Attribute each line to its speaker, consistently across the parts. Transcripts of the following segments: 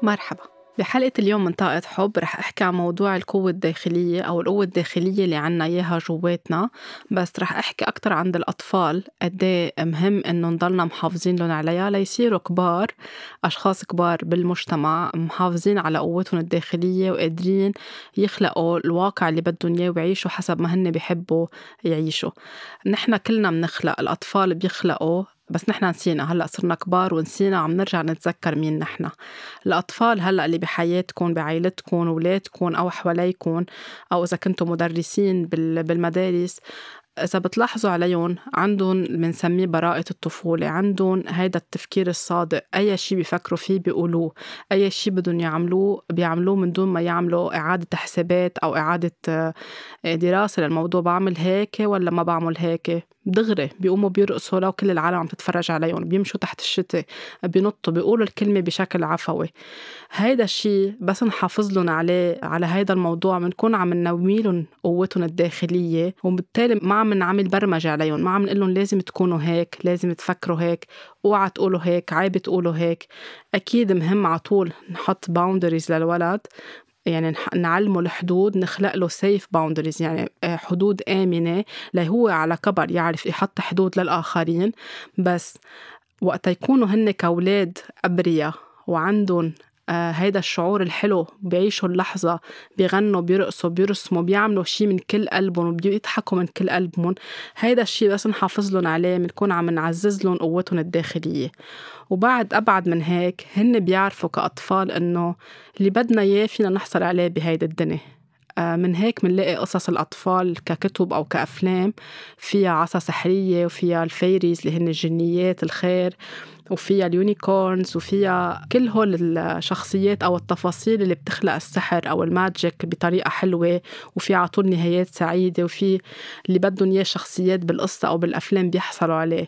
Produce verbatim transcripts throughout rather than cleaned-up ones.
Speaker 1: مرحبا. بحلقة اليوم من طاقة حب رح أحكي عن موضوع القوة الداخلية أو القوة الداخلية اللي عنا إياها جواتنا، بس رح أحكي أكتر عند الأطفال قديه مهم إنه نضلنا محافظين لهم عليها ليصيروا كبار، أشخاص كبار بالمجتمع محافظين على قوتهم الداخلية وقادرين يخلقوا الواقع اللي بدهم إياه ويعيشوا حسب ما هن بيحبوا يعيشوا. نحنا كلنا منخلق، الأطفال بيخلقوا بس نحنا نسينا، هلأ صرنا كبار ونسينا عم نرجع نتذكر مين نحنا. الأطفال هلأ اللي بحياتكم بعائلتكم ولادكم أو حواليكم، أو إذا كنتوا مدرسين بالمدارس، إذا بتلاحظوا عليهم عندهم منسميه براءة الطفولة، عندهم هيدا التفكير الصادق، أي شي بيفكروا فيه بيقولوه، أي شي بدهم يعملوه بيعملوه من دون ما يعملوا إعادة حسابات أو إعادة دراسة للموضوع، بعمل هيك ولا ما بعمل هيك، دغري بيقوموا بيرقصوا لو كل العالم عم تتفرج عليهم، بيمشوا تحت الشتاء، بينطوا، بيقولوا الكلمة بشكل عفوي. هيدا الشي بس نحافظ لهم عليه، على هيدا الموضوع، منكون عم ننويلهم قوتهم الداخلية، وبالتالي ما عم نعمل برمجة عليهم، ما عم نقلهم لازم تكونوا هيك، لازم تفكروا هيك، اوعى تقولوا هيك، عيب تقولوا هيك. أكيد مهم عطول نحط boundaries للولد، يعني نعلمه الحدود، نخلق له safe boundaries، يعني حدود آمنة لهو على كبر يعرف يحط حدود للآخرين. بس وقت يكونوا هن كأولاد أبرياء وعندهم آه هيدا الشعور الحلو، بيعيشوا اللحظة، بيغنوا، بيرقصوا، بيرسموا، بيعملوا شي من كل قلبهم وبيضحكوا من كل قلبهم، هيدا الشي بس نحافظ لهم عليه بنكون عم نعزز لهم قوتهم الداخلية. وبعد أبعد من هيك هن بيعرفوا كأطفال إنه اللي بدنا إياه فينا نحصل عليه بهيدا الدنيا. من هيك منلاقي قصص الأطفال ككتب أو كأفلام فيها عصا سحرية، وفيها الفيريز اللي هن الجنيات الخير، وفيها اليونيكورنز، وفيها كل هول الشخصيات أو التفاصيل اللي بتخلق السحر أو الماجيك بطريقة حلوة، وفي عطول نهايات سعيدة، وفي اللي بدهم إياه شخصيات بالقصة أو بالأفلام بيحصلوا عليه.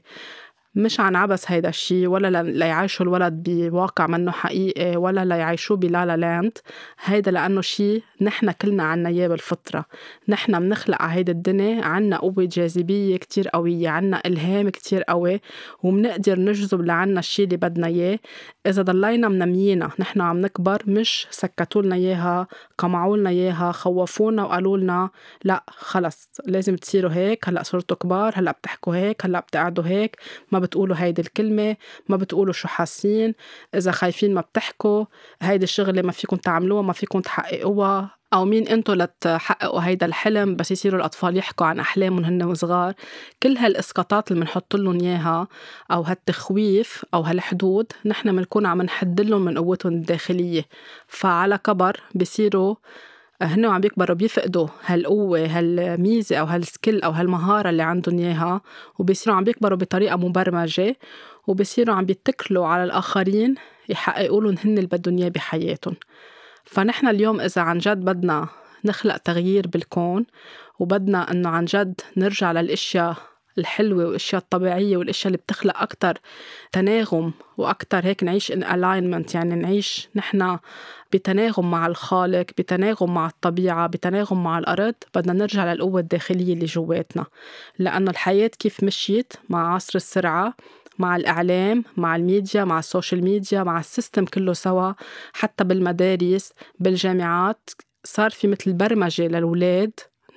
Speaker 1: مش عن عبس هيدا الشي، ولا ليعيشوا الولد بواقع منه حقيقي، ولا ليعيشوه بلالا لاند. هيدا لأنه شي نحنا كلنا عنا إياه بالفطرة، نحنا منخلق على هيدا الدنيا، عنا قوة جاذبية كتير قوية، عنا إلهام كتير قوي، ومنقدر نجذب لعنا الشي اللي بدنا إياه إذا ضلينا منمينا. نحنا عم نكبر، مش سكتولنا إياها، قمعولنا إياها، خوفونا وقالولنا لا خلص لازم تصيروا هيك، هلأ صرتوا كبار، هلأ بتحكوا هيك، هلأ بتقعدوا هيك، ما بتقولوا هيدي الكلمة، ما بتقولوا شو حاسين، إذا خايفين ما بتحكوا، هيدي الشغلة ما فيكم تعملوها، ما فيكم تحققوها، أو مين أنتوا لتحققوا هيدا الحلم. بس يصيروا الأطفال يحكوا عن أحلامهم هن وصغار. كل هالإسقاطات اللي منحط لهم إياها أو هالتخويف أو هالحدود، نحن منكون عم نحد لهم من قوتهم الداخلية، فعلى كبر بيصيروا هن عم بيكبروا بيفقدوا هالقوة، هالميزة أو هالسكيل أو هالمهارة اللي عندهم إياها، وبيصيروا عم بيكبروا بطريقة مبرمجة، وبيصيروا عم بيتكلوا على الآخرين يحققوا لهم هن اللي بدهم إياه بحياتهم. فنحن اليوم إذا عن جد بدنا نخلق تغيير بالكون، وبدنا إنه عن جد نرجع للأشياء الحلوة والأشياء الطبيعية والأشياء اللي بتخلق أكتر تناغم وأكتر هيك نعيش in alignment، يعني نعيش نحنا بتناغم مع الخالق، بتناغم مع الطبيعة، بتناغم مع الأرض، بدنا نرجع للقوة الداخلية اللي جواتنا. لأنه الحياة كيف مشيت مع عصر السرعة، مع الإعلام، مع الميديا، مع السوشيال ميديا، مع السيستم كله سوا، حتى بالمدارس بالجامعات صار في مثل برمجة للولاد،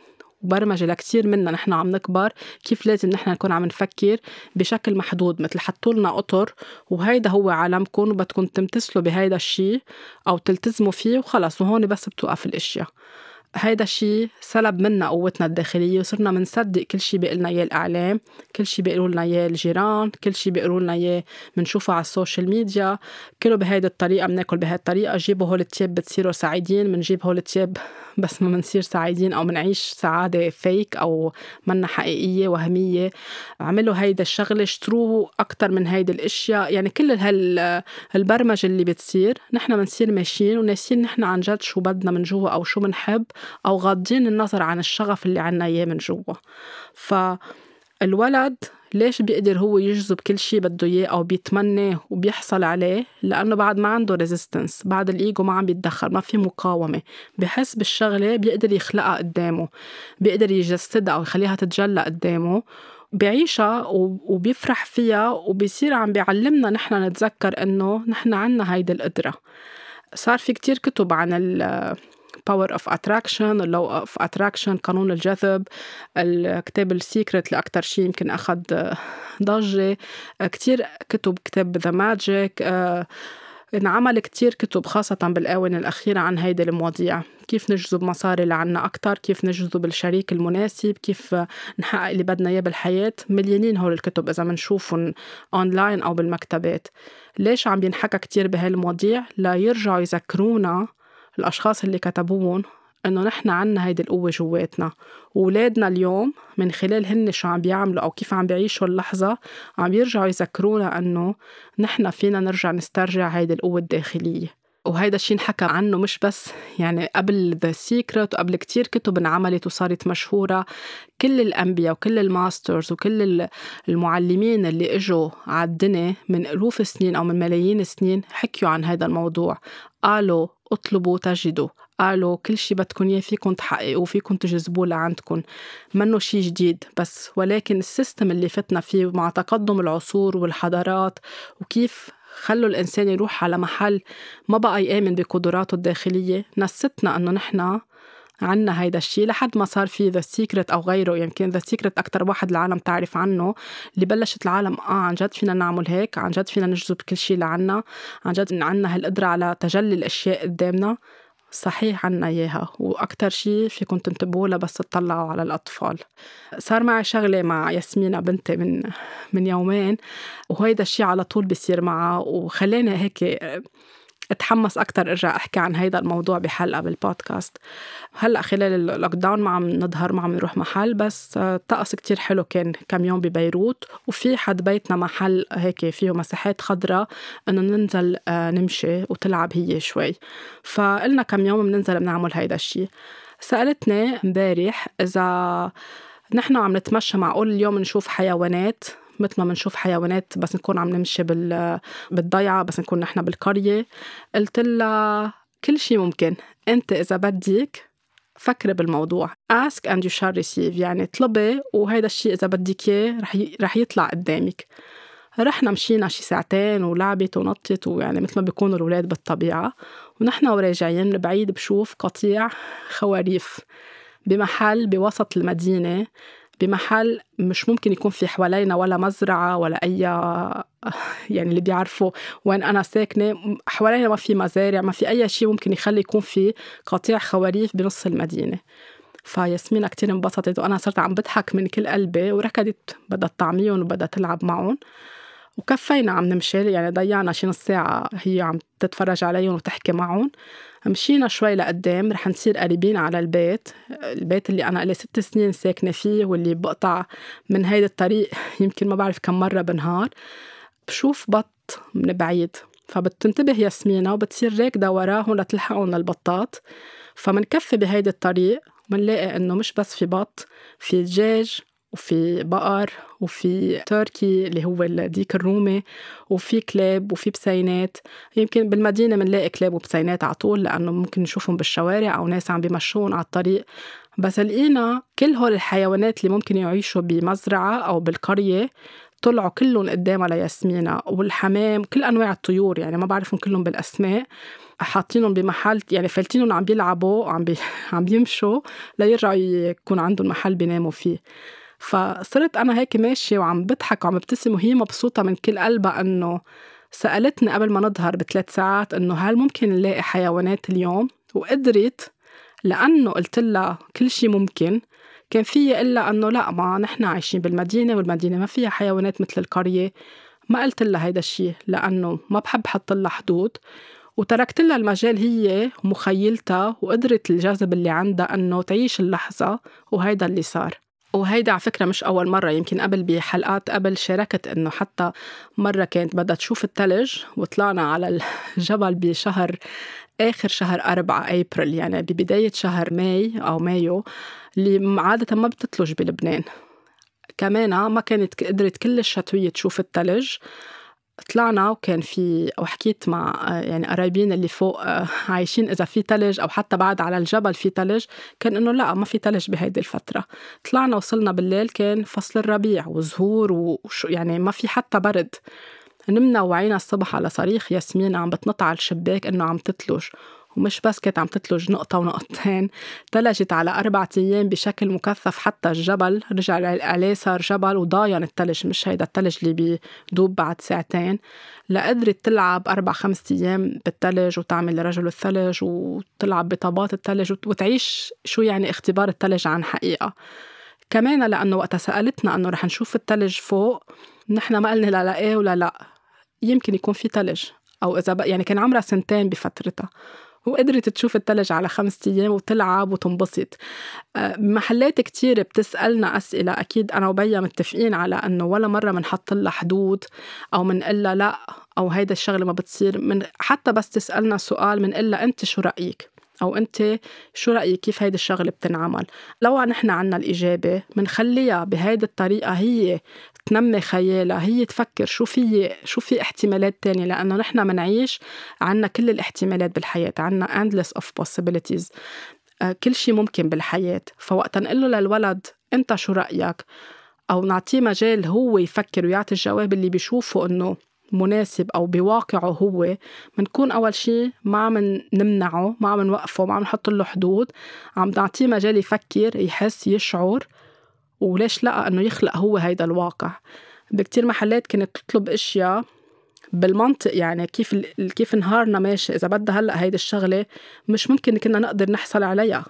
Speaker 1: وبرمجة لكتير منا نحن عم نكبر كيف لازم نحن نكون عم نفكر بشكل محدود، مثل حطولنا قطر وهيدا هو عالمكم وبدكم تمتثلوا بهيدا الشي أو تلتزموا فيه وخلص، وهون بس بتوقف الاشياء. هيدا الشي سلب منا قوتنا الداخلية، وصرنا منصدق كل شي بيقلنا إياه الإعلام، كل شي بيقولوا لنا إياه الجيران، كل شي بيقولوا لنا إياه منشوفه على السوشيال ميديا، كله بهيدا الطريقة، مناكل بهيدا الطريقة، جيبوا هول التياب بتصيروا سعيدين، منجيب هول التياب بس ما منصير سعيدين أو منعيش سعادة فيك أو منا حقيقية وهمية. عملوا هيدا الشغلة، اشتروا أكتر من هيدا الاشياء، يعني كل هال البرمجة اللي بتصير نحن منصير ماشيين وناسين نحن عن جد شو بدنا من جوا أو شو منحب، أو غاضين النظر عن الشغف اللي عنا إياه من جوا. فالولد ليش بيقدر هو يجذب كل شي بده إياه أو بيتمناه وبيحصل عليه؟ لأنه بعد ما عنده ريزيستنس، بعد الإيجو ما عم بيتدخل، ما في مقاومة، بحس بالشغلة بيقدر يخلقها قدامه، بيقدر يجسدها أو يخليها تتجلى قدامه، بيعيشها وبيفرح فيها، وبيصير عم بيعلمنا نحن نتذكر إنه نحن عنا هيدا القدرة. صار في كتير كتب عن ال power of attraction ال law of attraction قانون الجذب. الكتاب السيكرت اللي أكتر شي يمكن أخد ضجة. كتير كتب كتاب The Magic. آه، انعمل كتير كتب خاصة بالآونة الأخيرة عن هيدي المواضيع، كيف نجذب مصاري لعنا أكتر، كيف نجذب الشريك المناسب، كيف نحقق اللي بدنا إياه بالحياة. مليانين هول الكتب إذا منشوفهم أونلاين أو بالمكتبات. ليش عم بينحكى كتير بهالمواضيع؟ لا يرجعوا يذكرونا الأشخاص اللي كتبوهم إنه نحن عنا هيدي القوة جواتنا، وولادنا اليوم من خلال هن شو عم بيعملوا أو كيف عم بيعيشوا اللحظة عم بيرجعوا يذكرونا إنه نحن فينا نرجع نسترجع هيدي القوة الداخلية. وهيدا الشي نحكى عنه مش بس يعني قبل The Secret وقبل كتير كتب انعملت وصارت مشهورة. كل الأنبياء وكل الماسترز وكل المعلمين اللي اجوا عالدنيا من ألوف السنين أو من ملايين السنين حكيوا عن هذا الموضوع. قالوا اطلبوا تجدوا، قالوا كل شي بدكن إياه فيكن تحققوا، فيكن تجذبوه لعندكن. منه شي جديد بس، ولكن السيستم اللي فتنا فيه مع تقدم العصور والحضارات وكيف خلوا الإنسان يروح على محل ما بقى يآمن بقدراته الداخلية، نستنا أنه نحنا عنا هيدا الشي لحد ما صار في The Secret أو غيره. يمكن The Secret أكتر واحد العالم تعرف عنه، اللي بلشت العالم آه عن جد فينا نعمل هيك، عن جد فينا نجذب كل شي لعنا، عن جد عنا هالقدرة على تجلي الأشياء قدامنا. صحيح عنا إياها، وأكتر شي فيكن تنتبهوا لها بس تطلعوا على الأطفال. صار معي شغلة مع ياسمينة بنتي من من يومين، وهيدا الشي على طول بيصير معها، وخلاني هيك اتحمس أكتر أرجع أحكي عن هيدا الموضوع بحلقة بالبودكاست. هلأ خلال اللوك داون ما عم نظهر، ما عم نروح محل، بس الطقس كتير حلو كان كم يوم ببيروت، وفي حد بيتنا محل هيك فيه مساحات خضراء إنه ننزل نمشي وتلعب هي شوي. فقلنا كم يوم بننزل بنعمل هيدا الشي. سألتني امبارح إذا نحن عم نتمشى معقول اليوم نشوف حيوانات مثل ما منشوف حيوانات بس نكون عم نمشي بال بالضيعة، بس نكون نحن بالقرية. قلت لها كل شي ممكن، أنت إذا بدك فكري بالموضوع. ask and you shall receive، يعني طلبي وهيدا الشي إذا بدك إياه رح ي... رح يطلع قدامك. رحنا مشينا شي ساعتين ولعبت ونطت، ويعني مثل ما بيكونوا الولاد بالطبيعة. ونحن وراجعين من بعيد بشوف قطيع خواريف بمحل بوسط المدينة، بمحل مش ممكن يكون في حوالينا ولا مزرعة ولا أي يعني اللي بيعرفوا وين أنا ساكنة حوالينا ما في مزارع، ما في أي شيء ممكن يخلي يكون في قطيع خواريف بنص المدينة. فياسمينة كتير انبسطت وأنا صرت عم بضحك من كل قلبي، وركضت بدها تطعميهم وبدها تلعب معهم. وكفينا عم نمشي، يعني ضيعنا شي نص ساعة هي عم تتفرج عليهم وتحكي معهم. مشينا شوي لقدام، رح نصير قريبين على البيت البيت اللي أنا لي ست سنين ساكنة فيه، واللي بقطع من هيدا الطريق يمكن ما بعرف كم مرة بنهار. بشوف بط من بعيد، فبتنتبه ياسمينة وبتصير راكدة وراهم لتلحقهم للبطات. فمنكفي بهيدا الطريق ومنلاقي إنه مش بس في بط، في دجاج وفي بقر وفي تركي اللي هو الديك الرومي، وفي كلاب وفي بسينات. يمكن بالمدينة منلاقي كلاب وبسينات على طول لأنه ممكن نشوفهم بالشوارع أو ناس عم بيمشون على الطريق، بس لقينا كل هول الحيوانات اللي ممكن يعيشوا بمزرعة أو بالقرية طلعوا كلهم قدامها لياسمينة. والحمام، كل أنواع الطيور، يعني ما بعرفهم كلهم بالأسماء، حاطينهم بمحل، يعني فلتينهم عم بيلعبوا عم بي... عم بيمشوا ليرجعوا يكون عندهم محل بيناموا فيه. فصرت أنا هيك ماشية وعم بضحك وعم ببتسم وهي مبسوطة من كل قلبها. أنه سألتني قبل ما نظهر بثلاث ساعات أنه هل ممكن نلاقي حيوانات اليوم، وقدرت لأنه قلت لها كل شي ممكن. كان فيها إلا أنه لا، ما نحن عايشين بالمدينة والمدينة ما فيها حيوانات مثل القرية. ما قلت لها هيدا الشي لأنه ما بحب حط لها حدود، وتركت لها المجال هي ومخيلتها، وقدرت الجذب اللي عندها أنه تعيش اللحظة. وهيدا اللي صار. وهيدا على فكرة مش أول مرة، يمكن قبل بحلقات قبل شاركت أنه حتى مرة كانت بدها تشوف التلج وطلعنا على الجبل بشهر آخر شهر أربعة أبريل، يعني ببداية شهر ماي أو مايو اللي عادة ما بتتلج بلبنان. كمان ما كانت قدرت كل الشتوية تشوف التلج. طلعنا وكان في، أو حكيت مع يعني قرايبين اللي فوق عايشين إذا في تلج أو حتى بعد على الجبل في تلج، كان إنه لا ما في تلج بهيدي الفترة. طلعنا وصلنا بالليل كان فصل الربيع وزهور وش يعني ما في حتى برد. نمنا وعينا الصبح على صريخ ياسمين عم بتنط على الشباك إنه عم تتلج، ومش بس كانت عم تتلج نقطة ونقطتين، تلجت على أربعة أيام بشكل مكثف. حتى الجبل رجع عليه صار جبل وضاين التلج، مش هيدا التلج اللي بيدوب بعد ساعتين. لقدرت تلعب أربع خمس أيام بالتلج وتعمل رجل الثلج وتلعب بطابات التلج وتعيش شو يعني اختبار التلج عن حقيقة. كمان لأنه وقت سألتنا أنه رح نشوف التلج فوق، نحن ما قلنا لا لا إيه ولا لا، يمكن يكون في تلج، أو إذا يعني كان عمرها سنتين بفترتها وقدرت تشوف التلج على خمسة أيام وتلعب وتنبسط. محلات كتير بتسألنا أسئلة، أكيد أنا وبيا متفقين على أنه ولا مرة منحط لها حدود أو منقلها لا أو هيدا الشغلة ما بتصير. من حتى بس تسألنا سؤال منقلها أنت شو رأيك، أو أنت شو رأيك كيف هيدا الشغلة بتنعمل. لو نحن عنا الإجابة منخليها بهيدا الطريقة هي تنمي خيالها، هي تفكر شو في شو في احتمالات تانية، لأنه نحن منعيش عنا كل الاحتمالات بالحياة، عنا endless of possibilities. آه، كل شي ممكن بالحياة. فوقتا نقول له للولد أنت شو رأيك، أو نعطيه مجال هو يفكر ويعطي الجواب اللي بيشوفه أنه مناسب أو بواقعه هو، منكون أول شي ما عم نمنعه، ما عم نوقفه، ما عم نحط له حدود، عم نعطيه مجال يفكر يحس يشعر، وليش لا أنه يخلق هو هيدا الواقع. بكتير محلات كانت تطلب أشياء بالمنطق، يعني كيف كيف نهارنا ماشي إذا بدها هلأ هيدا الشغلة مش ممكن كنا نقدر نحصل عليها،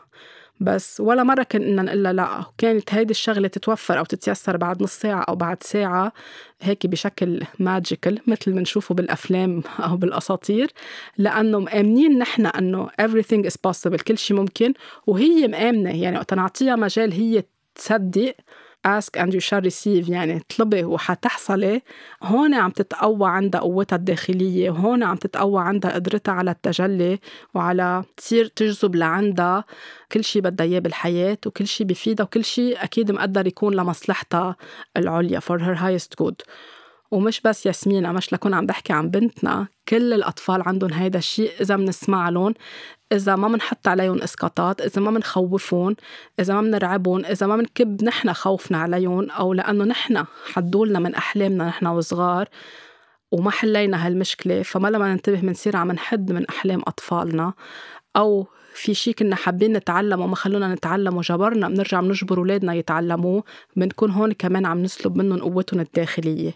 Speaker 1: بس ولا مرة كنا نقول لا. كانت هيدي الشغلة تتوفر أو تتيسر بعد نص ساعة أو بعد ساعة هيك بشكل ماجيكال مثل ما نشوفه بالأفلام أو بالأساطير، لأنه مآمنين نحن أنه everything is possible، كل شي ممكن، وهي مآمنة. يعني وقت نعطيها مجال هي تصدق ask and you shall receive، يعني طلبي وحتحصلي. هون عم تتقوى عندها قوتها الداخلية، وهون عم تتقوى عندها قدرتها على التجلي وعلى تصير تجذب لعندها كل شي بدها إياه بالحياة، وكل شي بيفيدها، وكل شي أكيد مقدر يكون لمصلحتها العليا for her highest good. ومش بس ياسمين، مش لكون عم بحكي عن بنتنا، كل الأطفال عندهم هيدا الشيء إذا منسمع لهم، إذا ما منحط عليهم إسقاطات، إذا ما منخوفون، إذا ما منرعبون، إذا ما منكب نحن خوفنا عليهم، أو لأنه نحن حدولنا من أحلامنا نحن وصغار وما حلينا هالمشكلة، فما لما ننتبه منصير عم نحد من أحلام أطفالنا، أو في شيء كنا حابين نتعلم وما خلونا نتعلم وجبرنا بنرجع بنجبر أولادنا يتعلموه، بنكون هون كمان عم نسلب منهم قوتهم الداخلية.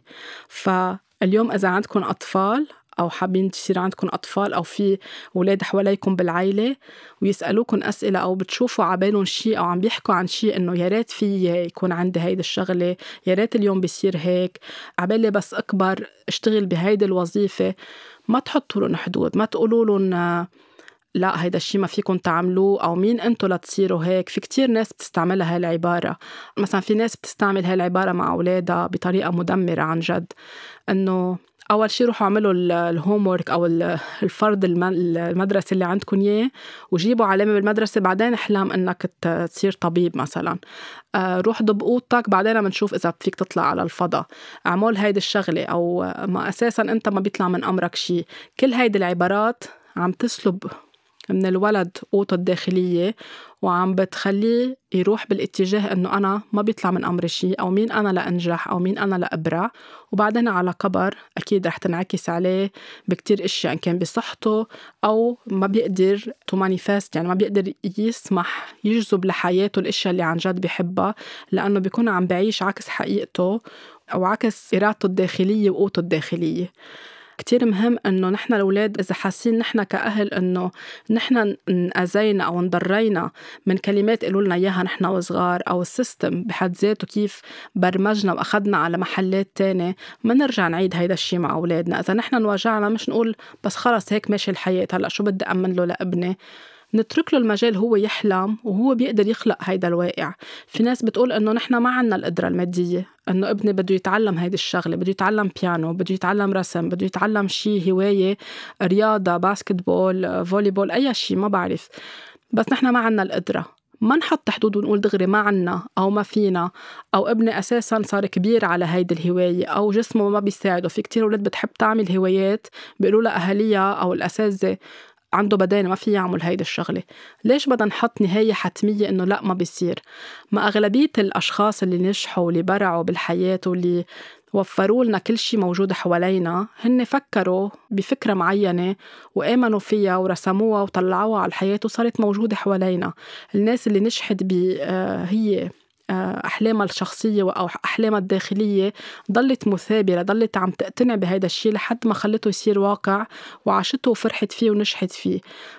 Speaker 1: فاليوم إذا عندكم أطفال أو حابين تصير عندكم أطفال أو في أولاد حواليكم بالعيلة ويسألوكم أسئلة أو بتشوفوا عبالهم شيء أو عم بيحكوا عن شيء إنه يا ريت في يكون عندي هيدا الشغلة، يا ريت اليوم بيصير هيك، عبالي بس أكبر اشتغل بهيدا الوظيفة، ما تحطوا لهم حدود، ما تقولوا لهم لا هيدا الشيء ما فيكم تعملوه أو مين أنتوا لتصيروا هيك. في كتير ناس بتستعملها هاي العبارة، مثلا في ناس بتستعمل هاي العبارة مع أولادها بطريقة مدمرة عن جد، إنه أول شي روحوا عملوا الهومورك أو الفرض المدرسة اللي عندكم إياه وجيبوا علامة بالمدرسة، بعدين احلم إنك تصير طبيب مثلا، روح ضب أوضتك بعدين منشوف إذا فيك تطلع على الفضاء، اعمل هيدا الشغلة، أو ما أساسا أنت ما بيطلع من أمرك شي. كل هيدا العبارات عم تسلب من الولد قوته الداخلية وعم بتخليه يروح بالاتجاه أنه أنا ما بيطلع من أمري شيء، أو مين أنا لأنجح، أو مين أنا لأبرع. وبعدين على كبر أكيد رح تنعكس عليه بكتير إشياء، إن كان بصحته أو ما بيقدر to manifest، يعني ما بيقدر يسمح يجذب لحياته الإشياء اللي عن جد بيحبها، لأنه بيكون عم بعيش عكس حقيقته أو عكس إرادته الداخلية وقوته الداخلية. كتير مهم إنه نحن الأولاد إذا حاسين نحن كأهل إنه نحن نأذينا أو نضرينا من كلمات قالوا لنا إياها نحن وصغار، أو السيستم بحد ذاته كيف برمجنا وأخدنا على محلات تانية، ما نرجع نعيد هيدا الشي مع أولادنا. إذا نحن نواجعنا مش نقول بس خلص هيك ماشي الحياة، هلأ شو بدي أمن له لابني، نترك له المجال هو يحلم وهو بيقدر يخلق هيدا الواقع. في ناس بتقول إنه نحن ما عنا القدرة المادية إنه ابني بده يتعلم هيدا الشغلة، بده يتعلم بيانو، بده يتعلم رسم، بده يتعلم شي هواية، رياضة، باسكتبول، فوليبول، أي شي ما بعرف، بس نحن ما عنا القدرة. ما نحط حدود ونقول دغري ما عنا أو ما فينا، أو ابني أساساً صار كبير على هيدا الهواية أو جسمه ما بيساعده. في كتير أولاد بتحب تعمل هوايات بيقولوا لها أهاليها أو الأساتذة عنده بدانة ما في يعمل هيدا الشغلة. ليش بدنا نحط نهاية حتمية إنه لأ ما بيصير؟ ما أغلبية الأشخاص اللي نجحوا واللي برعوا بالحياة واللي وفروا لنا كل شيء موجود حوالينا هن فكروا بفكرة معينة وآمنوا فيها ورسموها وطلعوها على الحياة وصارت موجودة حوالينا. الناس اللي نجحت ب آه هي أحلامها الشخصية أو أحلامها الداخلية ضلت مثابرة، ضلت عم تقتنع بهذا الشيء لحد ما خلته يصير واقع وعاشته وفرحت فيه ونجحت فيه.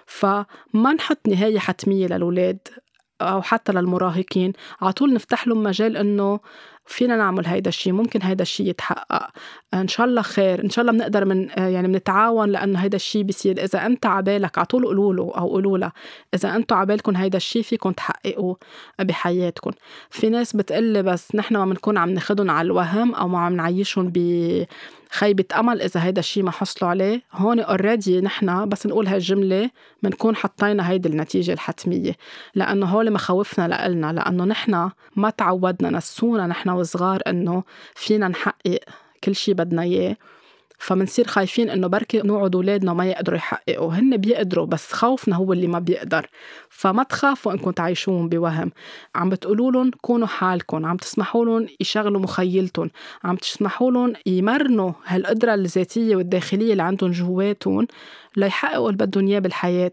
Speaker 1: فما نحط نهاية حتمية للولاد أو حتى للمراهقين، عطول نفتح لهم مجال إنه فينا نعمل هيدا الشيء، ممكن هيدا الشيء يتحقق، إن شاء الله خير، إن شاء الله بنقدر من يعني بنتعاون لأنه هيدا الشيء بيصير. إذا أنت عبالك عطول قولوا له أو قولوا له إذا أنتوا عبالكم هيدا الشيء فيكم تحققوا بحياتكم. في ناس بتقلي بس نحن ما بنكون عم ناخدهم على الوهم أو ما عم نعيشهم بخيبة أمل إذا هيدا الشيء ما حصلوا عليه. هون already نحن بس نقول هالجملة بنكون حطينا هيدا النتيجة الحتمية، لأنه هول مخوفنا لإلنا، لأنه نحن ما تعودنا نسونا نحن وصغار إنه فينا نحقق كل شيء بدنا إياه، فمنصير خايفين إنه بركي نوعد أولادنا ما يقدروا يحققوا. هن بيقدروا بس خوفنا هو اللي ما بيقدر. فما تخافوا إنكم تعيشون بوهم، عم بتقولوا لهم كونوا حالكم، عم تسمحوا لهم يشغلوا مخيلتهم، عم تسمحوا لهم يمرنوا هالقدرة الذاتية والداخلية اللي عندهم جواتهم ليحققوا اللي بدهم إياه بالحياة.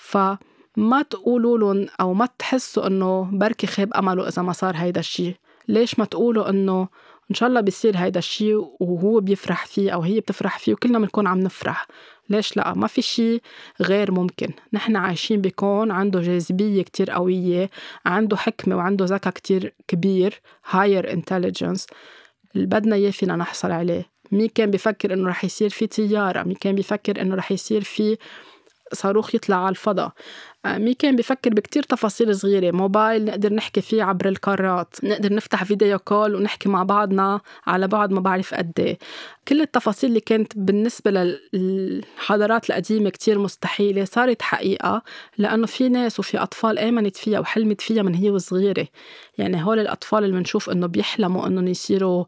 Speaker 1: فما تقولوا لهم أو ما تحسوا إنه بركي خيب أمله إذا ما صار هيدا الشيء. ليش ما تقولوا إنه إن شاء الله بيصير هيدا الشيء وهو بيفرح فيه أو هي بتفرح فيه وكلنا بنكون عم نفرح؟ ليش لأ؟ ما في شيء غير ممكن. نحن عايشين بكون عنده جاذبية كتير قوية، عنده حكمة وعنده ذكاء كتير كبير higher intelligence اللي بدنا إياه فينا نحصل عليه. مين كان بيفكر إنه رح يصير في طيارة؟ مين كان بيفكر إنه رح يصير في صاروخ يطلع على الفضاء؟ مين كان بيفكر بكتير تفاصيل صغيرة، موبايل نقدر نحكي فيه عبر القارات، نقدر نفتح فيديو كول ونحكي مع بعضنا على بعض ما بعرف قديه. كل التفاصيل اللي كانت بالنسبة للحضارات القديمة كتير مستحيلة صارت حقيقة، لأنه في ناس وفي أطفال آمنت فيها وحلمت فيها من هي وصغيرة. يعني هول الأطفال اللي منشوف إنه بيحلموا إنه يصيروا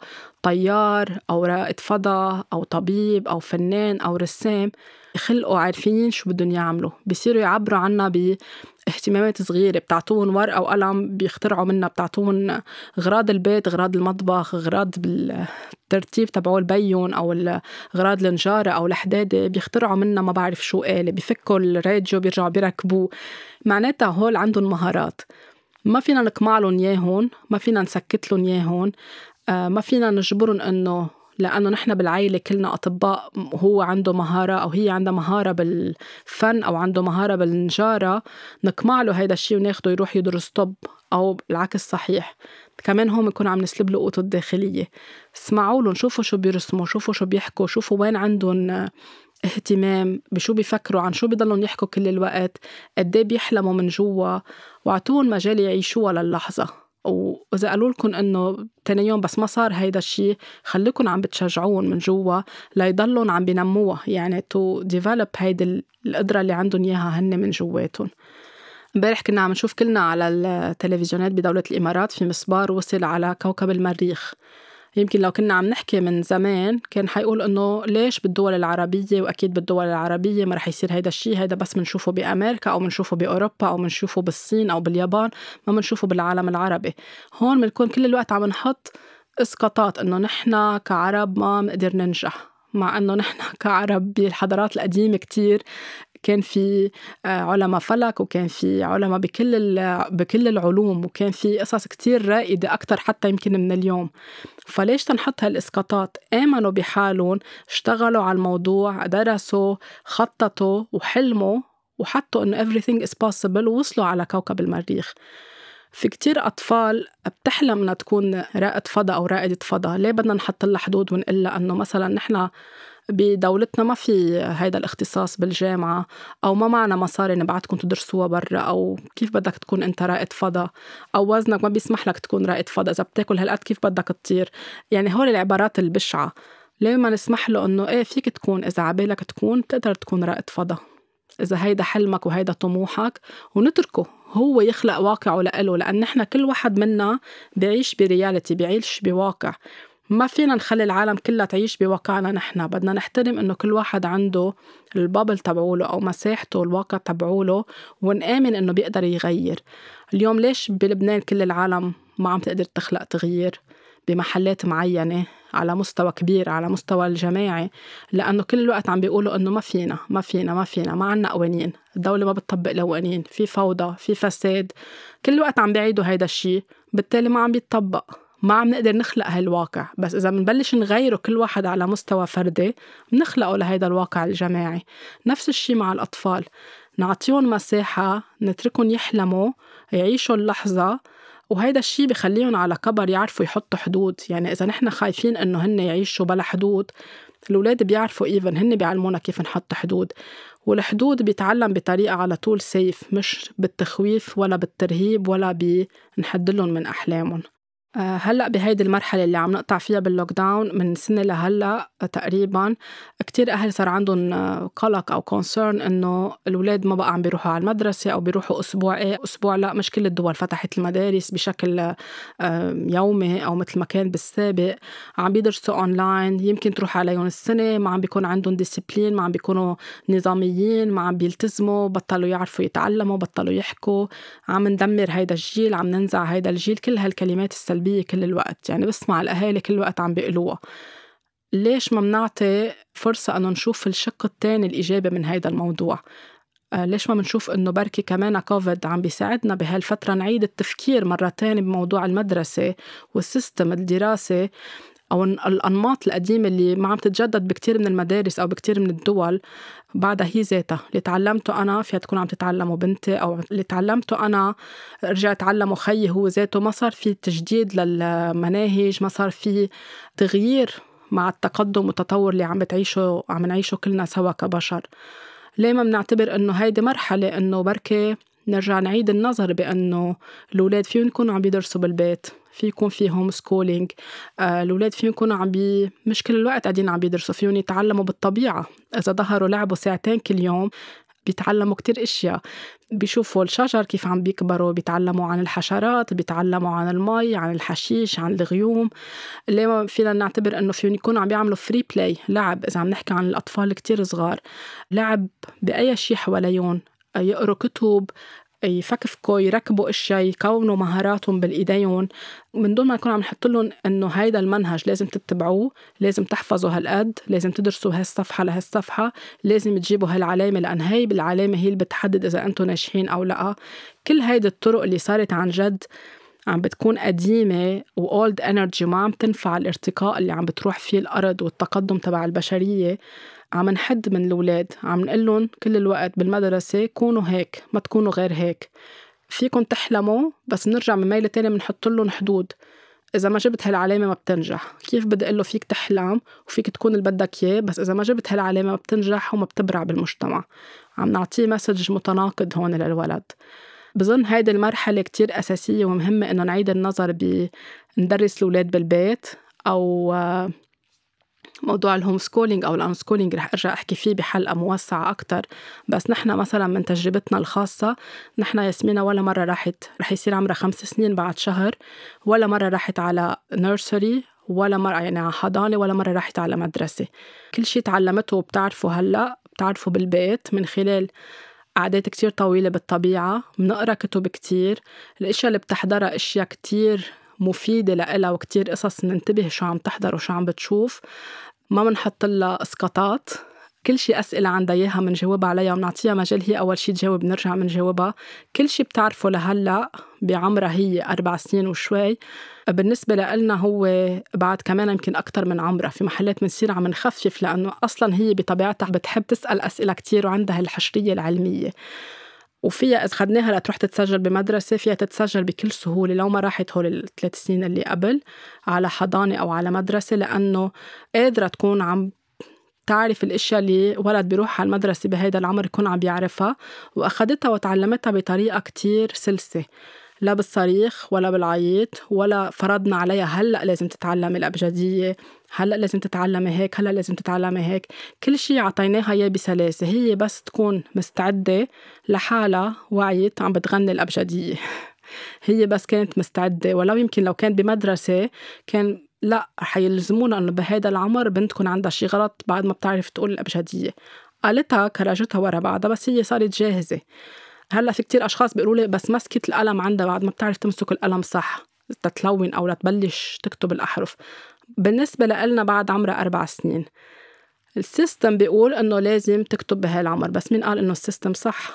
Speaker 1: طيار أو رائد فضاء أو طبيب أو فنان أو رسام، خلقوا عارفين شو بدهم يعملوا، بيصيروا يعبروا عنا باهتمامات صغيرة، بتعطون ورقة وقلم بيخترعوا منها، بتعطون غراض البيت، غراض المطبخ، غراض بالترتيب تبعوا البيون أو غراض النجارة أو الحدادة، بيخترعوا منها ما بعرف شو آلة، بيفكوا الراديو بيرجعوا بيركبوه. معناتها هول عندهم مهارات ما فينا نقمع لهم ياهون، ما فينا نسكت لهم ياهون، آه ما فينا نجبرهم إنه لأنه نحن بالعائلة كلنا أطباء هو عنده مهارة أو هي عندها مهارة بالفن أو عنده مهارة بالنجارة نقمع له هيدا الشيء وناخده يروح يدرس طب، أو العكس صحيح. كمان هم يكون عم نسلب له قوته الداخلية. اسمعوا لهم، شوفوا شو بيرسموا، شوفوا شو بيحكوا، شوفوا وين عندهم اهتمام، بشو بيفكروا، عن شو بيضلون يحكوا كل الوقت، قديه بيحلموا من جوا، وعطوهم مجال يعيشوها للحظة. وإذا قالوا لكم إنه تاني يوم بس ما صار هيدا الشيء، خليكن عم بتشجعون من جوا ليضلون عم بينموها، يعني to develop هيدا القدرة اللي عندهم إياها هن من جواتهم. امبارح كنا عم نشوف كلنا على التلفزيونات بدولة الإمارات في مسبار وصل على كوكب المريخ. يمكن لو كنا عم نحكي من زمان كان حيقول إنه ليش بالدول العربية، وأكيد بالدول العربية ما رح يصير هيدا الشيء، هيدا بس منشوفه بأمريكا أو منشوفه بأوروبا أو منشوفه بالصين أو باليابان، ما منشوفه بالعالم العربي. هون منكون كل الوقت عم نحط إسقاطات إنه نحنا كعرب ما منقدر ننجح، مع إنه نحنا كعرب بالحضارات القديمة كتير كان في علماء فلك وكان في علماء بكل بكل العلوم وكان في قصص كتير رائدة أكتر حتى يمكن من اليوم. فليش تنحط هالإسقاطات؟ آمنوا بحالهم، اشتغلوا على الموضوع، درسوا، خططوا وحلموا وحطوا إنه everything is possible ووصلوا على كوكب المريخ. في كتير أطفال بتحلم إنها تكون رائد فضاء أو رائدة فضاء. ليه بدنا نحط لها حدود ونقول لها إنه مثلا نحنا بدولتنا ما في هيدا الاختصاص بالجامعة، أو ما معنا مصاري نبعتكم تدرسوها برا، أو كيف بدك تكون أنت رائد فضاء، أو وزنك ما بيسمح لك تكون رائد فضاء، إذا بتاكل هالقد كيف بدك تطير. يعني هول العبارات البشعة ليه ما نسمح له إنه إيه فيك تكون، إذا عبالك تكون تقدر تكون رائد فضاء، إذا هيدا حلمك وهيدا طموحك، ونتركه هو يخلق واقعه لإله. لأن نحنا كل واحد منا بيعيش برياليتي، بيعيش بواقع، ما فينا نخلي العالم كلها تعيش بواقعنا نحن، بدنا نحترم إنه كل واحد عنده البابل تبعوله أو مساحته الواقع تبعوله، ونآمن إنه بيقدر يغير. اليوم ليش بلبنان كل العالم ما عم تقدر تخلق تغيير بمحلات معينة على مستوى كبير على مستوى الجماعي؟ لأنه كل الوقت عم بيقولوا إنه ما فينا ما فينا ما فينا ما عنا قوانين، الدولة ما بتطبق القوانين، في فوضى، في فساد، كل الوقت عم بيعيدوا هيدا الشي، بالتالي ما عم بيتطبق، ما عم نقدر نخلق هالواقع. بس إذا منبلش نغيره كل واحد على مستوى فردي بنخلقه لهيدا الواقع الجماعي. نفس الشي مع الأطفال، نعطيهم مساحة، نتركهم يحلموا، يعيشوا اللحظة، وهيدا الشي بخليهم على كبر يعرفوا يحطوا حدود. يعني إذا نحن خايفين إنه هن يعيشوا بلا حدود، الأولاد بيعرفوا إيفن هن بيعلمونا كيف نحط حدود، والحدود بيتعلم بطريقة على طول سيف، مش بالتخويف ولا بالترهيب ولا بنحدلهم من أحلامهم. آه، هلأ بهيدي المرحلة اللي عم نقطع فيها باللوك داون من سنة لهلأ تقريبا، كتير أهل صار عندهم آه، قلق أو كونسيرن إنه الولاد ما بقى عم بيروحوا على المدرسة أو بيروحوا أسبوع إيه أسبوع لا. مش كل الدول فتحت المدارس بشكل آه، يومي أو مثل ما كان بالسابق، عم بيدرسوا أونلاين. يمكن تروح عليهم السنة ما عم بيكون عندهم ديسيبلين، ما عم بيكونوا نظاميين، ما عم بيلتزموا، بطلوا يعرفوا يتعلموا، بطلوا يحكوا. عم ندمر هيدا الجيل، عم ننزع هيدا الجيل. كل هالكلمات السلبية كل الوقت يعني بسمع الأهالي كل الوقت عم بيقولوها. ليش ما منعطي فرصة أنه نشوف الشق التاني الإيجابي من هيدا الموضوع؟ آه، ليش ما منشوف أنه بركي كمان كوفيد عم بيساعدنا بهالفترة نعيد التفكير مرة تاني بموضوع المدرسة والسيستم الدراسي أو الأنماط القديمة اللي ما عم تتجدد بكتير من المدارس أو بكتير من الدول. بعدها هي ذاتها اللي تعلمته أنا فيها تكون عم تتعلمه بنتي، أو اللي تعلمته أنا رجع تعلمه خيي هو ذاته. ما صار في تجديد للمناهج، ما صار في تغيير مع التقدم والتطور اللي عم بتعيشه عم نعيشه كلنا سوا كبشر. ليه ما بنعتبر إنه هيدي مرحلة إنه بركي نرجع نعيد النظر بأنه الأولاد فيهم يكونوا عم بيدرسوا بالبيت، في يكون في هوم سكولينج. آه، الأولاد فيهم يكونوا عم بي مش كل الوقت قاعدين عم بيدرسوا، فيهم يتعلموا بالطبيعة. إذا ظهروا لعبوا ساعتين كل يوم بيتعلموا كتير إشياء، بيشوفوا الشجر كيف عم بيكبروا، بيتعلموا عن الحشرات، بيتعلموا عن المي، عن الحشيش، عن الغيوم. اللي ما فينا نعتبر إنه فيهم يكونوا عم بيعملوا فري بلاي، لعب. إذا عم نحكي عن الأطفال كتير صغار، لعب بأي شيء حواليهم، يقروا كتب، يفكفكوا، يركبوا اشياء، يكونوا مهاراتهم بالايديهم، من دون ما نكون عم نحط لهم انه هيدا المنهج لازم تتبعوه، لازم تحفظوا هالقد، لازم تدرسوا هالصفحه لهالصفحه، لازم تجيبوا هالعلامه لان هي بالعلامه هي اللي بتحدد اذا انتم ناجحين او لا. كل هيدي الطرق اللي صارت عن جد عم بتكون قديمة وأولد انرجي، ما عم تنفع الارتقاء اللي عم بتروح فيه الأرض والتقدم تبع البشرية. عم نحد من الأولاد، عم نقلن كل الوقت بالمدرسة كونوا هيك، ما تكونوا غير هيك. فيكن تحلموا، بس نرجع من ميلة تاني بنحط لهم حدود. إذا ما جبت هالعلامة ما بتنجح. كيف بدي أقول له فيك تحلم وفيك تكون اللي بدك إياه، بس إذا ما جبت هالعلامة ما بتنجح وما بتبرع بالمجتمع؟ عم نعطيه مسج متناقض هون للولد. بظن هيدي المرحلة كتير أساسية ومهمة إنه نعيد النظر بندرس الأولاد بالبيت، أو موضوع الهوم سكولينج أو الأن سكولينج رح أرجع أحكي فيه بحلقة موسعة أكتر. بس نحن مثلا من تجربتنا الخاصة، نحن ياسمينة ولا مرة راحت رح يصير عمرها خمس سنين بعد شهر، ولا مرة راحت على نيرسري، ولا مرة يعني على حضانة، ولا مرة راحت على مدرسة. كل شي تعلمته وبتعرفه هلأ بتعرفه بالبيت من خلال قعدات كتير طويلة بالطبيعة، بنقرأ كتب كتير، الاشياء اللي بتحضرها اشياء كتير مفيدة لإلها وكتير قصص ننتبه شو عم تحضر وشو عم بتشوف. ما منحط لها اسقاطات، كل شي أسئلة عندها إياها منجاوب عليها ومنعطيها مجال هي أول شي تجاوب، نرجع منجاوبها. كل شي بتعرفه لهلأ بعمرها هي أربع سنين وشوي، بالنسبة لنا هو بعد كمان يمكن أكتر من عمرها. في محلات منصير عم نخفف لأنه أصلا هي بطبيعتها بتحب تسأل أسئلة كتير وعندها الحشرية العلمية. وفيها إذا خدناها لتروح تتسجل بمدرسة فيها تتسجل بكل سهولة لو ما راحت هول الثلاث سنين اللي قبل على حضانة أو على مدرسة، لأنه قادرة تكون عم تعرف الاشياء اللي ولد بيروح على المدرسة بهيدا العمر يكون عم بيعرفها، واخدتها وتعلمتها بطريقة كتير سلسة، لا بالصريخ ولا بالعيط، ولا فرضنا عليها هلأ لازم تتعلم الأبجدية، هلأ لازم تتعلمي هيك، هلأ لازم تتعلمي هيك. كل شي عطيناها إياه بسلاسة، هي بس تكون مستعدة لحالها وعيت عم بتغني الأبجدية. هي بس كانت مستعدة، ولو يمكن لو كان بمدرسة كان لا حيلزمونا أنه بهذا العمر بنتكم عندها شي غلط بعد ما بتعرف تقول الأبجدية. قالتها كرجتها ورا بعضها بس هي صارت جاهزة. هلا في كتير أشخاص بيقولوا لي بس مسكت القلم عندها بعد ما بتعرف تمسك القلم صح تتلون أو لتبلش تكتب الأحرف. بالنسبة لنا بعد عمرها أربع سنين السيستم بيقول إنه لازم تكتب بهالعمر، بس مين قال إنه السيستم صح؟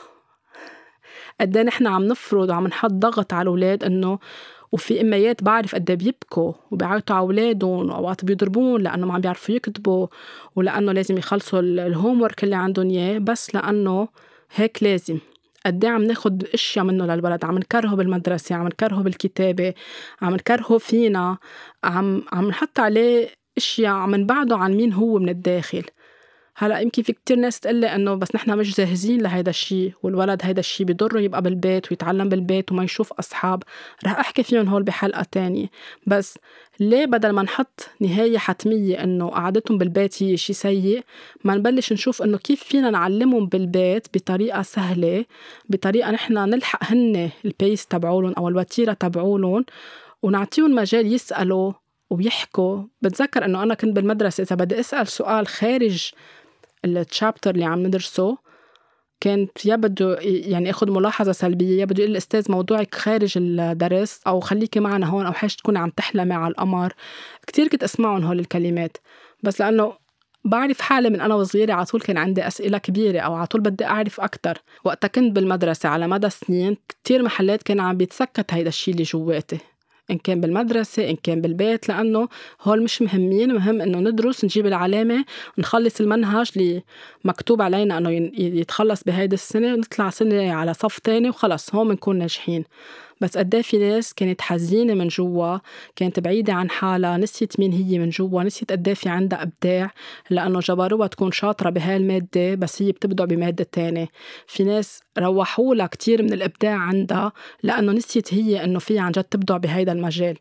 Speaker 1: قديه نحن عم نفرض وعم نحط ضغط على الأولاد إنه، وفي إميات بعرف قد بيبكوا وبيعيطوا على أولادهم وأوقات بيضربون لأنه ما عم بيعرفوا يكتبوا ولأنه لازم يخلصوا الهوم ورك اللي عندهم إياه بس لأنه هيك لازم. قد عم ناخد اشياء منه للولد، عم نكرهه بالمدرسة، عم نكرهه بالكتابة، عم نكرهه فينا، عم عم نحط عليه اشياء، عم نبعده عن مين هو من الداخل. هلا يمكن في كتير ناس تقلي انه بس نحنا مش جاهزين لهيدا الشيء والولد هيدا الشيء بيضره يبقى بالبيت ويتعلم بالبيت وما يشوف اصحاب. رح احكي فيهم هول بحلقة تانية. بس ليه بدل ما نحط نهاية حتمية انه قعدتهم بالبيت هي شيء سيء ما نبلش نشوف انه كيف فينا نعلمهم بالبيت بطريقة سهلة، بطريقة نحنا نلحق هن البيس تبعولن او الوتيرة تبعولن ونعطيهم مجال يسألوا ويحكوا. بتذكر انه انا كنت بالمدرسة اذا بدي اسأل سؤال خارج التشابتر اللي عم ندرسه كانت يا بده يعني اخذ ملاحظة سلبية، يا بده يقول الأستاذ موضوعك خارج الدرس أو خليكي معنا هون أو حاجة تكوني عم تحلمي على القمر. كتير كنت أسمعهم هول الكلمات بس لأنه بعرف حالي من أنا وصغيرة عطول كان عندي أسئلة كبيرة أو عطول بدي أعرف أكتر. وقتها كنت بالمدرسة على مدى سنين كتير محلات كان عم بيتسكت هيدا الشي اللي جواتي، إن كان بالمدرسة إن كان بالبيت، لأنه هول مش مهمين. مهم إنه ندرس نجيب العلامة نخلص المنهج اللي مكتوب علينا إنه يتخلص بهيدا السنة ونطلع سنة على صف تاني وخلص هون بنكون ناجحين. بس قديه في ناس كانت حزينة من جوا، كانت بعيدة عن حالها، نسيت مين هي من جوا، نسيت قديه في عندها إبداع لأنه جبروها تكون شاطرة بهالمادة بس هي بتبدع بمادة تانية. في ناس روحوا لها كتير من الإبداع عندها لأنه نسيت هي إنه في عن جد تبدع بهيدا المجال.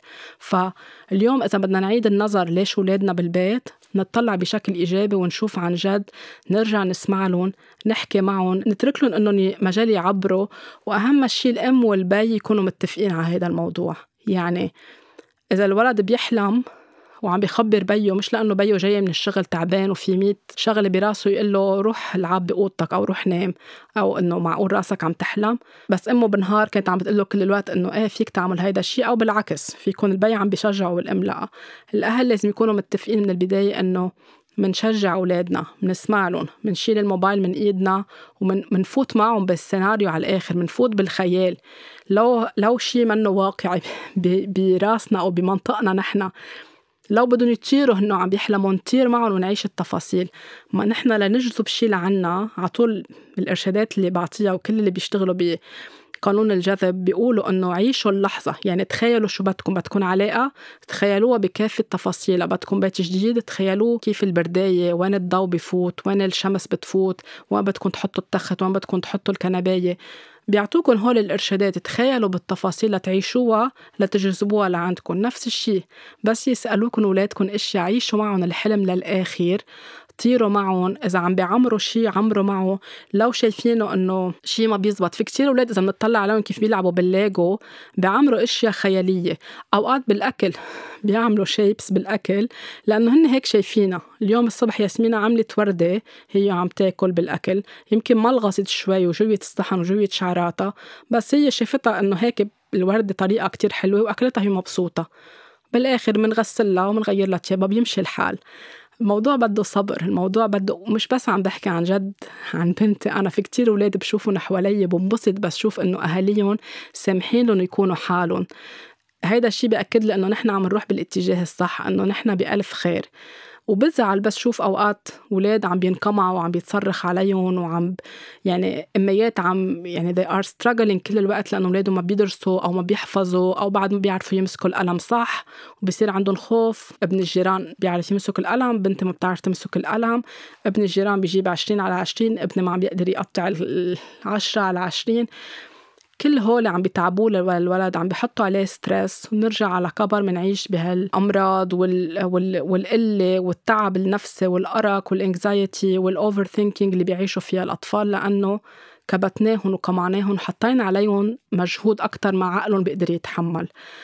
Speaker 1: فاليوم إذا بدنا نعيد النظر ليش ولادنا بالبيت نتطلع بشكل إيجابي ونشوف عن جد، نرجع نسمع لهم، نحكي معهم، نترك لهم إنه مجال يعبروا. وأهم شيء الأم والبي يكونوا متفقين على هذا الموضوع. يعني إذا الولد بيحلم وعم بيخبر بيو مش لأنه بيو جاي من الشغل تعبان وفي ميت شغلة براسه يقول له روح العب بأوضتك أو روح نام أو إنه معقول راسك عم تحلم، بس أمه بالنهار كانت عم بتقله كل الوقت إنه إيه فيك تعمل هيدا الشيء، أو بالعكس في يكون البي عم بيشجعه والأم لا. الأهل لازم يكونوا متفقين من البداية إنه منشجع أولادنا، منسمع لهم، منشيل الموبايل من إيدنا ومنفوت معهم بالسيناريو على الآخر، منفوت بالخيال. لو لو شيء منه واقعي براسنا أو بمنطقنا نحنا، لو بدهم يطيروا هنو عم بيحلموا نطير معهم ونعيش التفاصيل. ما نحنا لنجذب شيء لعنا عطول الإرشادات اللي بعطيها وكل اللي بيشتغلوا بقانون الجذب بيقولوا إنه عيشوا اللحظة. يعني تخيلوا شو بدكم، بدكم علاقة تخيلوها بكافة تفاصيلها، بدكم بيت جديد تخيلوه كيف البرداية وين الضوء بفوت وين الشمس بتفوت وين بدكم تحطوا التخت وين بدكم تحطوا الكنباية. بيعطوكم هول الإرشادات، تخيلوا بالتفاصيل لتعيشوها لتجذبوها لعندكم. نفس الشيء بس يسألوكم أولادكم إشياء عيشوا معهم الحلم للآخر، طيروا معهم. إذا عم بيعمروا شيء عمروا معه. لو شايفينه إنه شيء ما بيزبط، في كتير أولاد إذا بنطلع عليهم كيف بيلعبوا بالليجو بيعمروا إشياء خيالية. أوقات بالأكل بيعملوا شيبس بالأكل لأنه هن هيك شايفينها. اليوم الصبح ياسمينة عملت وردة هي عم تاكل بالأكل، يمكن ملغصت شوي وجوية الصحن وجوية شعراتها بس هي شافتها إنه هيك الوردة طريقة كتير حلوة وأكلتها هي مبسوطة. بالآخر منغسلها ومنغير لها تيابها بيمشي الحال. الموضوع بده صبر، الموضوع بده مش بس عم بحكي عن جد عن بنتي أنا، في كتير أولاد بشوفون حوالي بنبسط بس شوف إنه أهاليهم سامحين لهم يكونوا حالهم. هيدا الشيء بيأكد لي إنه نحن عم نروح بالاتجاه الصح، إنه نحن بألف خير. وبزعل بس شوف أوقات ولاد عم بينقمعوا وعم بيتصرخ عليهم وعم يعني أميات عم يعني they are struggling كل الوقت لأنه ولادهم ما بيدرسوا أو ما بيحفظوا أو بعد ما بيعرفوا يمسكوا القلم صح، وبصير عندهم خوف. ابن الجيران بيعرف يمسك القلم، بنتي ما بتعرف تمسك القلم. ابن الجيران بيجيب عشرين على عشرين، ابني ما عم بيقدر يقطع العشرة على عشرين. كل هول عم بيتعبوا للولد، عم بيحطوا عليه ستريس، ونرجع على كبر منعيش بهالأمراض وال... وال... والقلة والتعب النفسي والأرق والانكزايتي والأوفر ثينكينج اللي بيعيشوا فيها الأطفال لأنه كبتناهم وقمعناهم وحطينا عليهم مجهود أكتر ما عقلهم بيقدر يتحمل.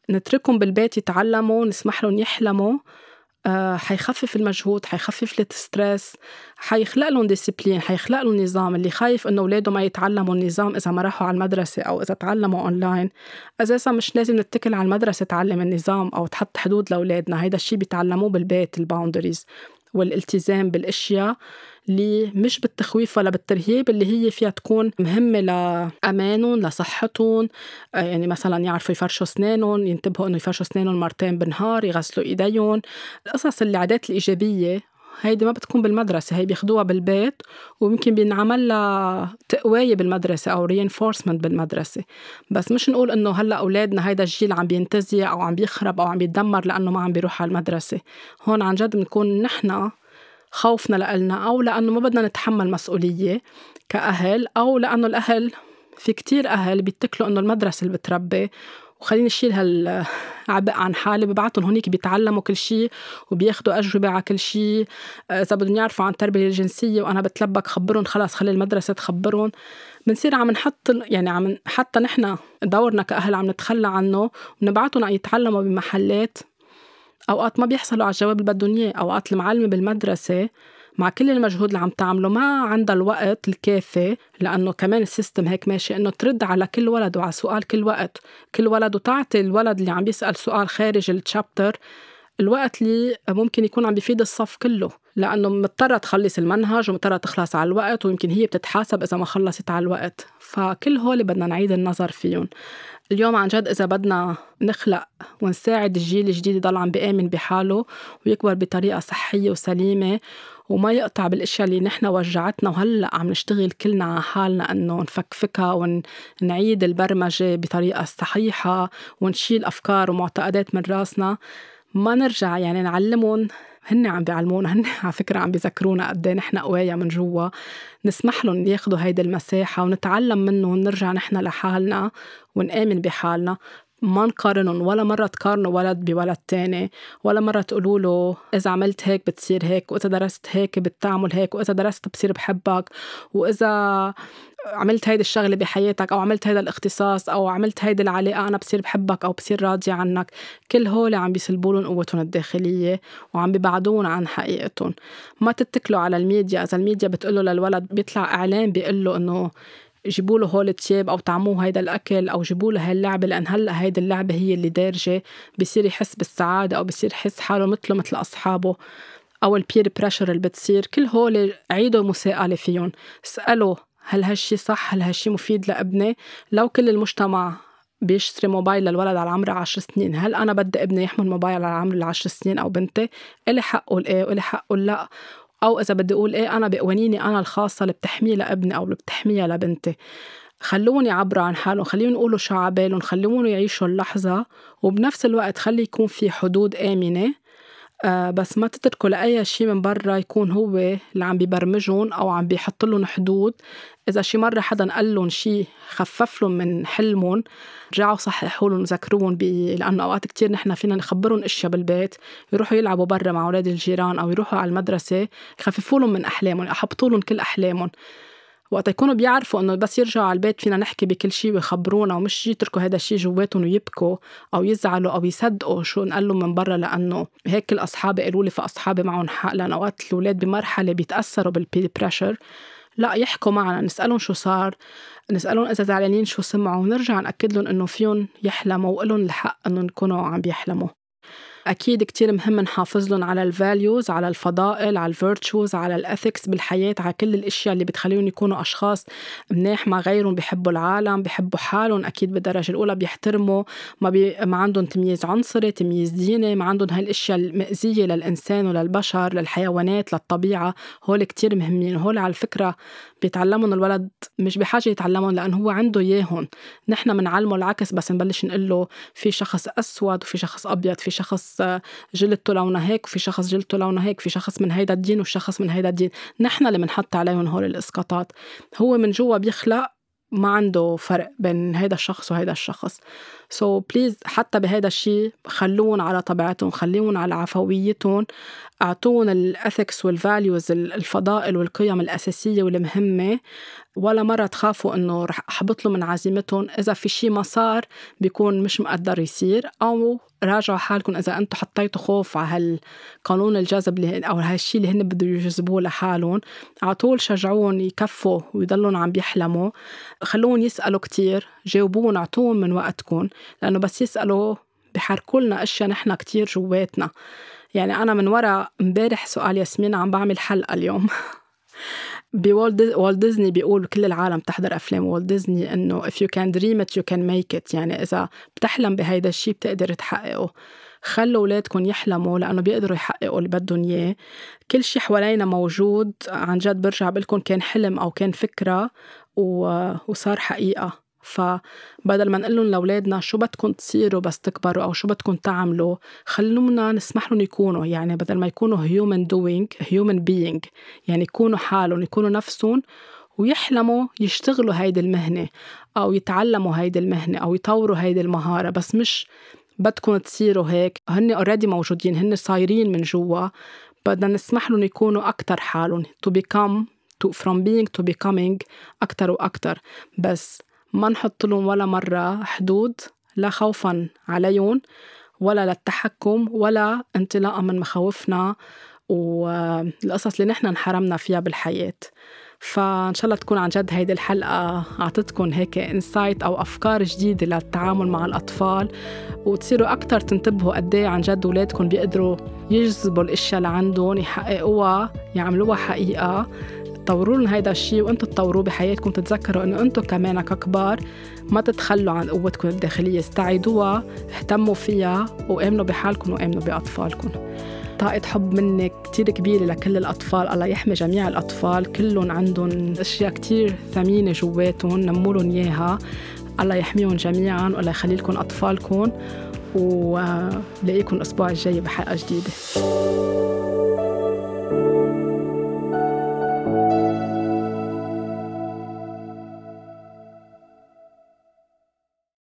Speaker 1: نتركهم بالبيت يتعلموا، نسمح لهم يحلموا. آه، حيخفف المجهود، حيخفف الستريس، حيخلق لهم ديسيبلين، حيخلق لهم نظام. اللي خايف إنه أولاده ما يتعلموا النظام إذا ما راحوا على المدرسة أو إذا تعلموا أونلاين، أساسا مش لازم نتكل على المدرسة تعلم النظام أو تحط حدود لأولادنا. هيدا الشي بيتعلموه بالبيت، الباوندريز والالتزام بالأشياء اللي مش بالتخويف ولا بالترهيب، اللي هي فيها تكون مهمة لأمانهم لصحتهم. آه، يعني مثلا يعرفوا يفرشوا أسنانهم، ينتبهوا إنه يفرشوا أسنانهم مرتين بالنهار، يغسلوا إيديهم. القصص العادات الإيجابية هيدي ما بتكون بالمدرسة، هي بياخدوها بالبيت، ويمكن بينعمل لها تقوية بالمدرسة أو reinforcement بالمدرسة. بس مش نقول إنه هلأ أولادنا هيدا الجيل عم بينتزع أو عم بيخرب أو عم بيتدمر لأنه ما عم بيروح على المدرسة. هون عن جد بنكون نحنا خوفنا لألنا، أو لأنه ما بدنا نتحمل مسؤولية كأهل، أو لأنه الأهل في كتير أهل بيتكلوا إنه المدرسة اللي بتربي وخليني أشيل هالعبء عن حالي، ببعتهم هونيك بيتعلموا كل شيء وبياخدوا أجوبة على كل شيء. إذا بدهم يعرفوا عن التربية الجنسية وأنا بتلبك خبرهم، خلاص خلي المدرسة تخبرهم. بنصير عم نحط يعني عم حتى نحنا دورنا كأهل عم نتخلى عنه ونبعتهم يتعلموا بمحلات أوقات ما بيحصلوا على الجواب اللي بدهم إياه. أوقات المعلمة بالمدرسة مع كل المجهود اللي عم تعمله ما عندها الوقت الكافي، لأنه كمان السيستم هيك ماشي إنه ترد على كل ولد وعلى سؤال كل وقت كل ولد، وتعطي الولد اللي عم بيسأل سؤال خارج الشابتر الوقت اللي ممكن يكون عم بيفيد الصف كله، لأنه مضطرة تخلص المنهج ومضطرة تخلص على الوقت، ويمكن هي بتتحاسب إذا ما خلصت على الوقت. فكل هول بدنا نعيد النظر فيهم اليوم عن جد. إذا بدنا نخلق ونساعد الجيل الجديد يضل عم بيآمن بحاله ويكبر بطريقة صحية وسليمة وما يقطع بالاشياء اللي نحن وجعتنا وهلأ عم نشتغل كلنا على حالنا انه نفكفكها ونعيد البرمجة بطريقة صحيحة ونشيل افكار ومعتقدات من راسنا، ما نرجع يعني نعلمهم. هن عم بيعلمونا، هن على فكرة عم بيذكرونا قد ايه نحن قوايا من جوا. نسمح لهم ياخدوا هيدي المساحة ونتعلم منه ونرجع نحن لحالنا ونآمن بحالنا. ما نقارنهم، ولا مرة تقارنوا ولد بولد تاني، ولا مرة تقولوا له إذا عملت هيك بتصير هيك، وإذا درست هيك بتعمل هيك، وإذا درست بصير بحبك، وإذا عملت هيدا الشغلة بحياتك أو عملت هيدا الاختصاص أو عملت هيدا العلاقة أنا بصير بحبك أو بصير راضي عنك. كل هول عم بيسلبولن قوتهم الداخلية وعم بيبعدون عن حقيقتهم. ما تتكلوا على الميديا. إذا الميديا بتقوله للولد، بيطلع إعلان بيقوله إنه جيبوا له هول التياب أو طعموه هيدا الأكل أو جيبوا له هاي اللعبة لأن هلأ هيدا اللعبة هي اللي دارجة، بيصير يحس بالسعادة أو بيصير يحس حاله مثله مثل أصحابه، أو البير بريشر اللي بتصير. كل هول عيدوا مساءلة فيهم، اسألوا هل هالشي صح، هل هالشي مفيد لابني. لو كل المجتمع بيشتري موبايل للولد على عمر عشر سنين، هل أنا بدي ابني يحمل موبايل على عمر العشر سنين أو بنتي؟ إلي حقه الإيه وإلي حقه اللا. أو إذا بدي أقول إيه، أنا بقوانيني أنا الخاصة اللي بتحميه لابني أو اللي بتحميها لبنتي. خلوني يعبروا عن حالهم، خليهم يقولوا شو عبالهم، خلوني يعيشوا اللحظة، وبنفس الوقت خلي يكون في حدود آمنة. آه بس ما تتركوا لأي شيء من برا يكون هو اللي عم بيبرمجون أو عم بيحط لهم حدود. إذا شي مرة حدا قال لهم شي خفف لهم من حلمهم، رجعوا صححوا لهم ذكروهم بي... لأنه أوقات كتير نحن فينا نخبرهم إشياء بالبيت يروحوا يلعبوا برا مع أولاد الجيران أو يروحوا على المدرسة يخففوا لهم من أحلامهم، يحبطوا لهم كل أحلامهم. وقت يكونوا بيعرفوا إنه بس يرجعوا على البيت فينا نحكي بكل شيء ويخبرونا، ومش يتركوا هذا الشيء جواتهم ويبكوا أو يزعلوا أو يصدقوا شو نقال لهم من برا لأنه هيك الأصحاب قالوا لي فأصحابي معهم حق. لأن أوقات الأولاد بمرحلة بيتأثروا بالبير بريشر. لا، يحكوا معنا، نسألهم شو صار، نسألهم إذا زعلانين شو سمعوا، ونرجع نأكد لهم إنه فيهم يحلموا وإلهم الحق إنه يكونوا عم بيحلموا. أكيد كتير مهم نحافظ لهم على الفاليوز، على الفضائل، على الفيرتشوز، على الأثيكس بالحياة، على كل الأشياء اللي بتخليهم يكونوا أشخاص مناح مع غيرهم، بيحبوا العالم، بيحبوا حالهم أكيد بالدرجة الأولى، بيحترموا، ما, بي... ما عندهم تمييز عنصري، تمييز ديني، ما عندهم هاي الأشياء المأزية للإنسان وللبشر للحيوانات للطبيعة. هول كتير مهمين. هول على الفكرة بيتعلمون الولد، مش بحاجة يتعلمون لأنه هو عنده إياهن. نحن منعلمه العكس، بس نبلش نقله في شخص أسود وفي شخص أبيض، في شخص جلدته لونه هيك وفي شخص جلدته لونه هيك، في شخص من هيدا الدين وشخص من هيدا الدين. نحن اللي منحط عليهم هول الإسقاطات. هو من جوا بيخلق ما عنده فرق بين هيدا الشخص وهيدا الشخص. so please حتى بهذا الشيء خلون على طبيعتهم، خليون على عفويتهم، أعطون الأثكس والفاليوز الفضائل والقيم الأساسية والمهمة. ولا مرة تخافوا إنه رح أحبط له من عزيمتهم إذا في شيء ما صار بيكون مش مقدر يصير، أو راجعوا حالكم إذا أنتوا حطيتوا خوف على هالقانون الجذب اللي أو هالشيء اللي هن بدو يجذبوه لحالهم. عطول شجعون يكفوا ويضلون عم بيحلموا، خلون يسألوا كتير، جاوبون، عطون من وقتكم، لأنه بس يسألوا بحركولنا أشياء نحن كتير جواتنا. يعني أنا من وراء مبارح سؤال ياسمين عم بعمل حلقة اليوم بوالت ديزني بيقول كل العالم تحضر أفلام والت ديزني إنه if you can dream it you can make it، يعني إذا بتحلم بهيدا الشيء بتقدر تحققه. خلوا أولادكم يحلموا لأنه بيقدروا يحققوا اللي بدهم إياه. كل شيء حوالينا موجود، عن جد برجع بقولكم كان حلم أو كان فكرة وصار حقيقة. فبدل ما نقول لهم لأولادنا شو بدكم تصيروا بس تكبروا أو شو بدكم تعملوا، خلونا نسمح لهم يكونوا، يعني بدل ما يكونوا human doing human being، يعني يكونوا حالهم، يكونوا نفسهم ويحلموا يشتغلوا هيدي المهنة أو يتعلموا هيدي المهنة أو يطوروا هيدي المهارة. بس مش بدكم تصيروا هيك، هن already موجودين، هن صايرين من جوا، بدنا نسمح لهم يكونوا أكتر حالهم to become to from being to becoming أكتر وأكتر. بس ما نحط لهم ولا مرة حدود، لا خوفاً عليهم ولا للتحكم ولا انطلاقا من مخاوفنا والقصص اللي نحن انحرمنا فيها بالحياة. فإن شاء الله تكون عن جد هيدي الحلقة عطتكم هيك إنسايت أو أفكار جديدة للتعامل مع الأطفال، وتصيروا أكتر تنتبهوا قديه عن جد أولادكم بيقدروا يجذبوا الأشياء اللي عندهم، يحققوها، يعملوها حقيقة. تطوروا لهم هيدا الشيء وانتوا تطوروه بحياتكم. تتذكروا انه انتوا كمان ككبار ما تتخلوا عن قوتكم الداخلية، استعيدوها، اهتموا فيها، وآمنوا بحالكم وآمنوا بأطفالكم. طاقة حب منك كتير كبيرة لكل الأطفال. الله يحمي جميع الأطفال، كلهم عندهم أشياء كتير ثمينة جواتهم، نمولهم إياها. الله يحميهم جميعا والله يخلي لكم أطفالكم، ولاقيكم الأسبوع الجاي بحلقة جديدة.